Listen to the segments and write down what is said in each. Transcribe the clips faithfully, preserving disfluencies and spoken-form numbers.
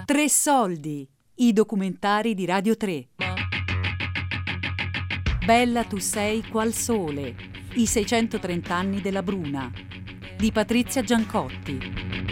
Tre soldi, i documentari di Radio tre. Bella tu sei qual sole, i seicentotrenta anni della Bruna, di Patrizia Giancotti.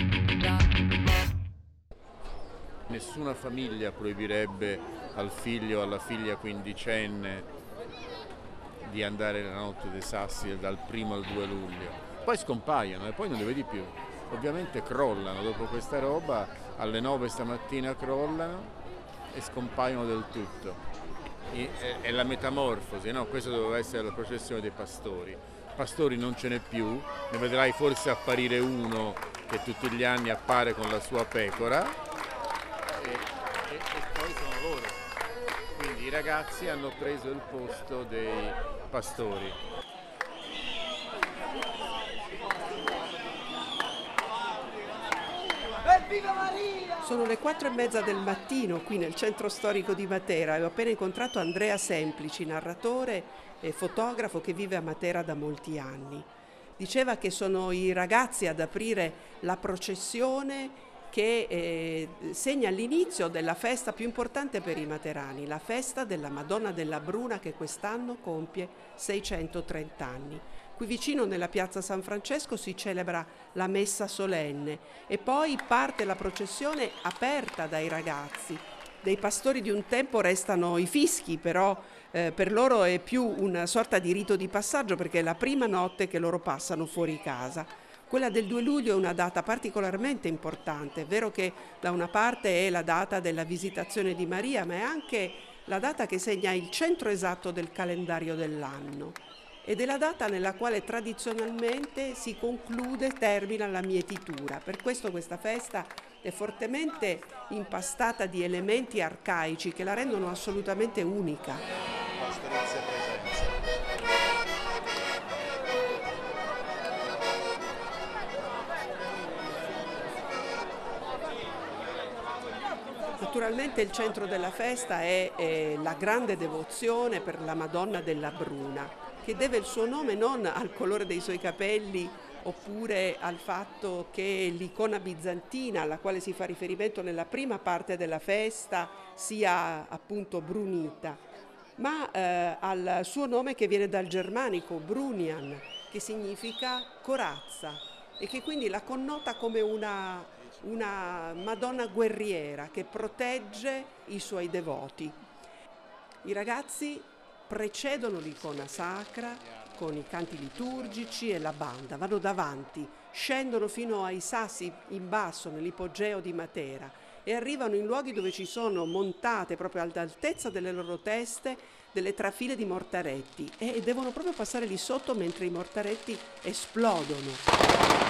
Nessuna famiglia proibirebbe al figlio o alla figlia quindicenne di andare la notte dei Sassi dal primo al due luglio. Poi scompaiono e poi non li vedi più. Ovviamente crollano dopo questa roba, alle nove stamattina crollano e scompaiono del tutto. E, è, è la metamorfosi, no? Questa doveva essere la processione dei pastori. Pastori non ce n'è più, ne vedrai forse apparire uno che tutti gli anni appare con la sua pecora e, e, e poi sono loro. Quindi i ragazzi hanno preso il posto dei pastori. Sono le quattro e mezza del mattino qui nel centro storico di Matera e ho appena incontrato Andrea Semplici, narratore e fotografo che vive a Matera da molti anni. Diceva che sono i ragazzi ad aprire la processione che eh, segna l'inizio della festa più importante per i materani, la festa della Madonna della Bruna, che quest'anno compie seicentotrenta anni. Qui vicino nella piazza San Francesco si celebra la messa solenne e poi parte la processione aperta dai ragazzi. Dei pastori di un tempo restano i fischi, però eh, per loro è più una sorta di rito di passaggio perché è la prima notte che loro passano fuori casa. Quella del due luglio è una data particolarmente importante, è vero che da una parte è la data della visitazione di Maria, ma è anche la data che segna il centro esatto del calendario dell'anno. Ed è la data nella quale tradizionalmente si conclude, termina la mietitura. Per questo questa festa è fortemente impastata di elementi arcaici che la rendono assolutamente unica. Pastorizia presenza. Naturalmente il centro della festa è, è la grande devozione per la Madonna della Bruna, che deve il suo nome non al colore dei suoi capelli oppure al fatto che l'icona bizantina alla quale si fa riferimento nella prima parte della festa sia appunto brunita, ma eh, al suo nome che viene dal germanico Brunian, che significa corazza e che quindi la connota come una, una Madonna guerriera che protegge i suoi devoti. I ragazzi precedono l'icona sacra con i canti liturgici e la banda, vanno davanti, scendono fino ai sassi in basso nell'ipogeo di Matera e arrivano in luoghi dove ci sono montate proprio all'altezza delle loro teste delle trafile di mortaretti e devono proprio passare lì sotto mentre i mortaretti esplodono.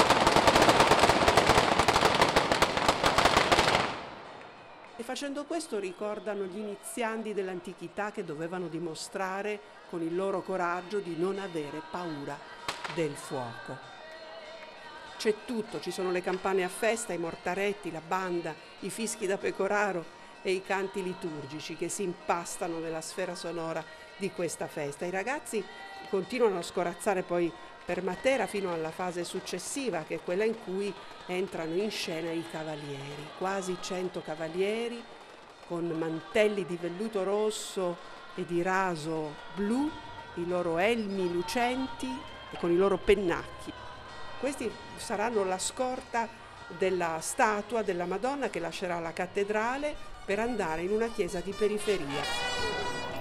E facendo questo ricordano gli iniziandi dell'antichità che dovevano dimostrare con il loro coraggio di non avere paura del fuoco. C'è tutto, ci sono le campane a festa, i mortaretti, la banda, i fischi da pecoraro e i canti liturgici che si impastano nella sfera sonora di questa festa. I ragazzi continuano a scorazzare poi per Matera fino alla fase successiva, che è quella in cui entrano in scena i cavalieri, quasi cento cavalieri con mantelli di velluto rosso e di raso blu, i loro elmi lucenti e con i loro pennacchi. Questi saranno la scorta della statua della Madonna che lascerà la cattedrale per andare in una chiesa di periferia.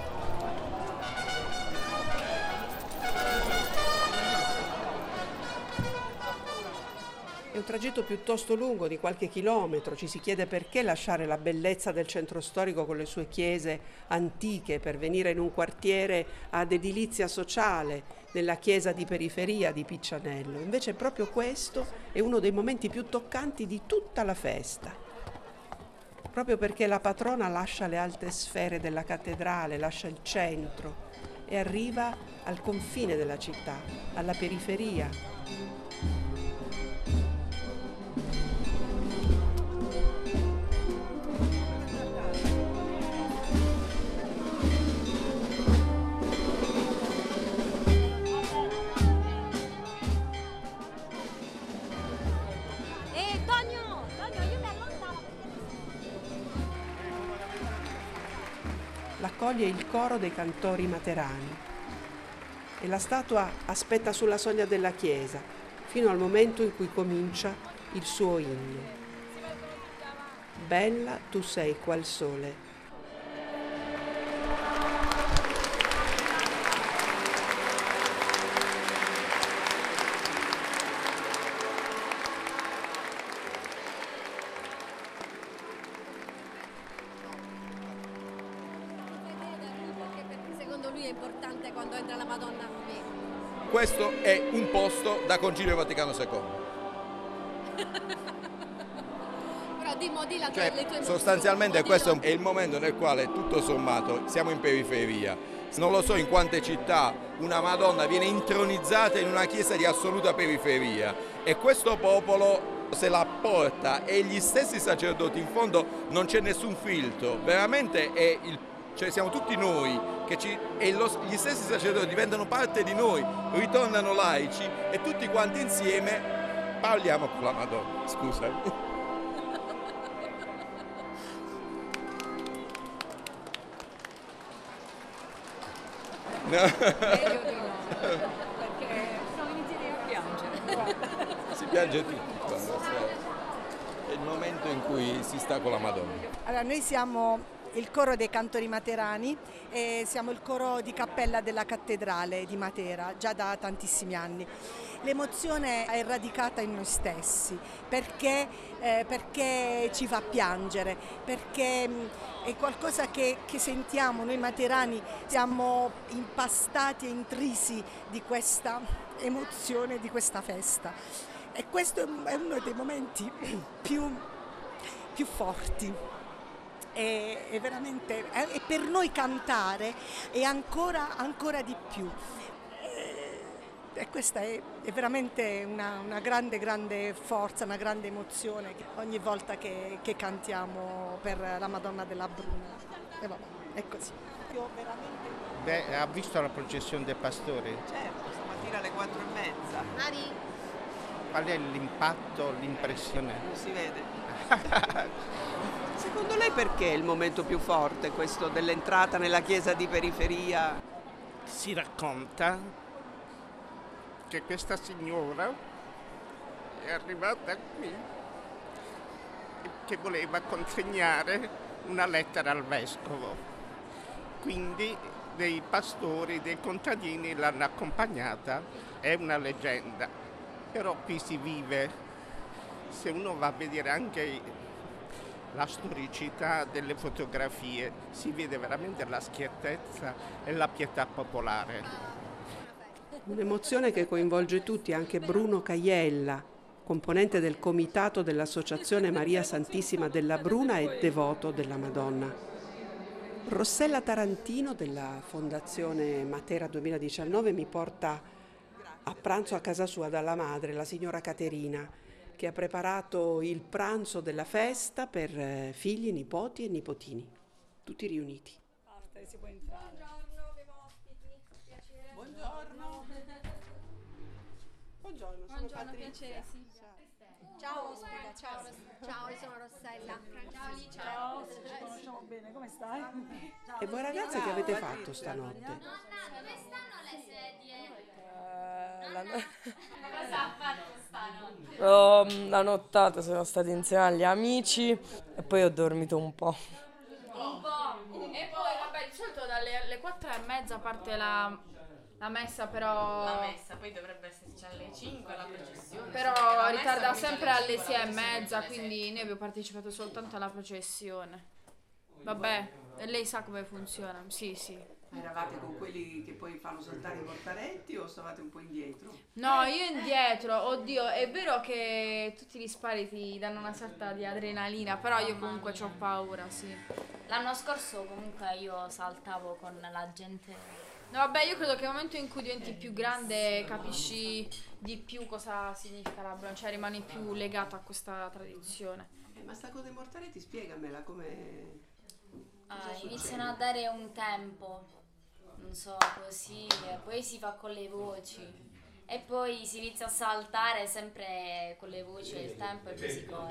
È un tragitto piuttosto lungo, di qualche chilometro. Ci si chiede perché lasciare la bellezza del centro storico con le sue chiese antiche per venire in un quartiere ad edilizia sociale, nella chiesa di periferia di Piccianello. Invece proprio questo è uno dei momenti più toccanti di tutta la festa. Proprio perché la patrona lascia le alte sfere della cattedrale, lascia il centro e arriva al confine della città, alla periferia. accoglie il coro dei cantori materani e la statua aspetta sulla soglia della chiesa fino al momento in cui comincia il suo inno. Bella, tu sei qual sole. Secondo lui è importante quando entra la Madonna qui. Questo è un posto da Concilio Vaticano secondo. Però dimmo, di la Cioè, le tue sostanzialmente emozioni, questo è il momento nel quale tutto sommato siamo in periferia. Non lo so in quante città una Madonna viene intronizzata in una chiesa di assoluta periferia e questo popolo se la porta e gli stessi sacerdoti, in fondo non c'è nessun filtro, veramente è il, cioè siamo tutti noi che ci, e lo, gli stessi sacerdoti diventano parte di noi, ritornano laici e tutti quanti insieme parliamo con la Madonna. Scusa. No. Meglio di no, perché sono iniziati a piangere. Si piange tutti quando è il momento in cui si sta con la Madonna. Allora, noi siamo il coro dei cantori materani e siamo il coro di cappella della cattedrale di Matera già da tantissimi anni. L'emozione è radicata in noi stessi perché, eh, perché ci fa piangere, perché mh, è qualcosa che, che sentiamo noi materani, siamo impastati e intrisi di questa emozione, di questa festa. E questo è uno dei momenti più, più forti. E, e veramente e per noi cantare è ancora, ancora di più. E, e questa è, è veramente una, una grande, grande forza, una grande emozione ogni volta che, che cantiamo per la Madonna della Bruna. E vabbè, è così. Io veramente... Beh, ha visto la processione dei pastori? Certo, stamattina alle quattro e mezza. Mari? Qual è l'impatto, l'impressione? Non si vede. Secondo lei perché è il momento più forte questo dell'entrata nella chiesa di periferia? Si racconta che questa signora è arrivata qui e che voleva consegnare una lettera al vescovo. Quindi dei pastori, dei contadini l'hanno accompagnata, è una leggenda. Però qui si vive, se uno va a vedere anche la storicità delle fotografie, si vede veramente la schiettezza e la pietà popolare. Un'emozione che coinvolge tutti, anche Bruno Caiella, componente del comitato dell'Associazione Maria Santissima della Bruna e devoto della Madonna. Rossella Tarantino della Fondazione Matera duemiladiciannove mi porta a pranzo a casa sua dalla madre, la signora Caterina, che ha preparato il pranzo della festa per figli, nipoti e nipotini, tutti riuniti. Basta, si può entrare. Buongiorno, abbiamo ospiti. Piacere. Buongiorno. Buongiorno, sono Buongiorno, Patrizia. piacere, sì. Ciao ospita, ciao. Ciao, io sono Rossella. Ciao Alicia. Ciao, ci conosciamo bene, come stai? E voi ragazze che avete fatto stanotte? Nonna, dove stanno le sedie? La, no- Cosa ha fatto stanotte? oh, la nottata siamo stati insieme agli amici e poi ho dormito un po'. Un po'. E poi, vabbè, di solito dalle alle quattro e mezza parte la, la messa, però... La messa, poi dovrebbe esserci alle cinque la processione. Però La messa ritarda comincia sempre alle alle cinque, sei e la processione mezza, alle quindi sette. noi abbiamo partecipato soltanto alla processione. Vabbè, e lei sa come funziona, sì, sì. Eravate con quelli che poi fanno saltare i mortaretti o stavate un po' indietro? No, io indietro, oddio, è vero che tutti gli spari ti danno una sorta di adrenalina, però io comunque ho paura, sì. L'anno scorso comunque io saltavo con la gente. No, vabbè, io credo che nel momento in cui diventi più grande capisci di più cosa significa la bruna, cioè rimani più legato a questa tradizione. Eh, ma sta cosa dei mortaretti, spiegamela come... Ah, iniziano a dare un tempo, non so, così, e poi si fa con le voci e poi si inizia a saltare sempre con le voci e il tempo e poi si corre.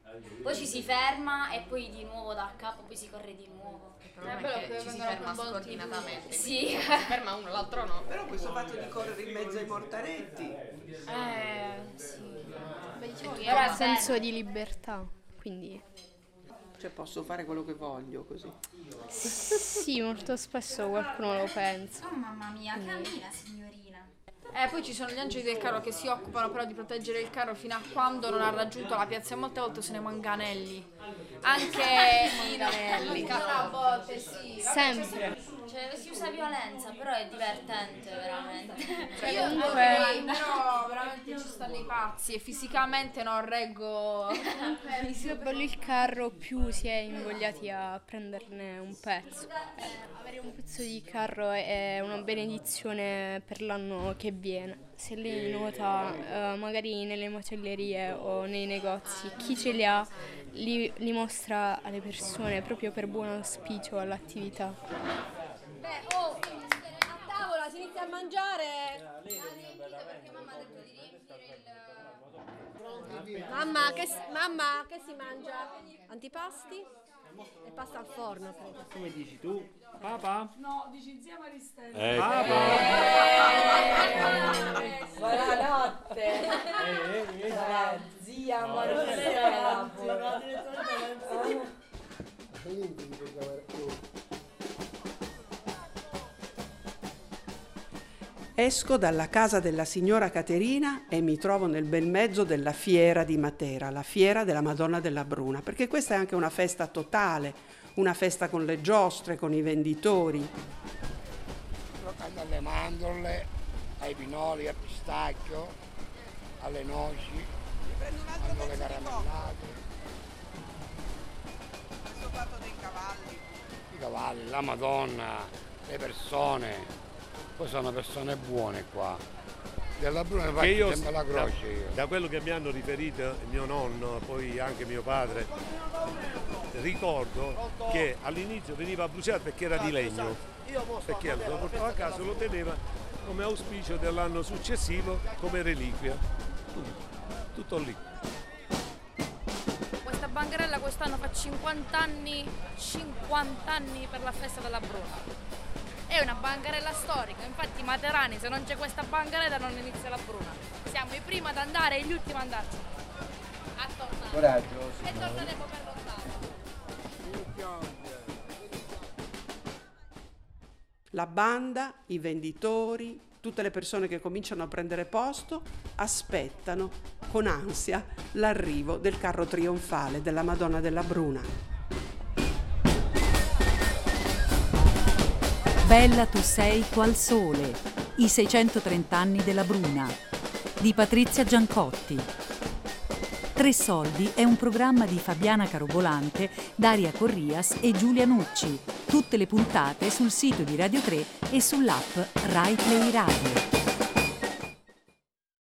poi ci si ferma e poi di nuovo da capo, poi si corre di nuovo. Il problema è che ci si ferma scordinatamente. Sì. Si ferma uno, l'altro no. Però questo fatto di correre in mezzo ai mortaretti. Eh, sì. Beh, diciamo che Però ha è un senso di libertà, quindi... Cioè posso fare quello che voglio così. Sì, molto spesso qualcuno lo pensa. Oh mamma mia, cammina signorina. Eh, poi ci sono gli angeli del carro che si occupano però di proteggere il carro fino a quando non ha raggiunto la piazza e molte volte sono i manganelli. Anche i manganelli. A volte sì. Sempre. Cioè si usa violenza, però è divertente veramente. Cioè, io comunque, però veramente ci stanno i pazzi e fisicamente non reggo. Più bello il carro, più si è invogliati a prenderne un pezzo. Eh, avere un pezzo di carro è una benedizione per l'anno che viene. Se lei nota, eh, magari nelle macellerie o nei negozi, chi ce li ha li, li mostra alle persone proprio per buon auspicio all'attività. Beh, oh, a tavola si inizia a mangiare. Mamma, che, mamma, che si mangia? Antipasti e pasta al forno, credo. Come dici tu? Papà? No, dici zia Maristella. Eh, Papà! Buonanotte! Eh, eh, zia Maristella! Esco dalla casa della signora Caterina e mi trovo nel bel mezzo della fiera di Matera, la fiera della Madonna della Bruna, perché questa è anche una festa totale, una festa con le giostre, con i venditori. Giocando alle mandorle, ai pinoli, al pistacchio, alle noci, alle caramellate. Questo fatto dei cavalli. I cavalli, la Madonna, le persone. Poi sono persone buone qua. Della Bruna Che io, sembra la croce da, io. da quello che mi hanno riferito mio nonno, poi anche mio padre, ricordo che all'inizio veniva bruciato perché era di legno, perché lo portava a casa e lo teneva come auspicio dell'anno successivo, come reliquia. Tutto lì. Questa bancarella quest'anno fa cinquanta anni, cinquanta anni per la festa della Bruna. È una bancarella storica, infatti Materani, se non c'è questa bancarella non inizia la Bruna. Siamo i primi ad andare e gli ultimi ad andarci. A tornare. Coraggio, e torneremo per lottare. La banda, i venditori, tutte le persone che cominciano a prendere posto aspettano con ansia l'arrivo del carro trionfale della Madonna della Bruna. Bella tu sei qual sole, i seicentotrenta anni della Bruna, di Patrizia Giancotti. Tre soldi è un programma di Fabiana Carobolante, Daria Corrias e Giulia Nucci. Tutte le puntate sul sito di Radio tre e sull'app Rai Play Radio.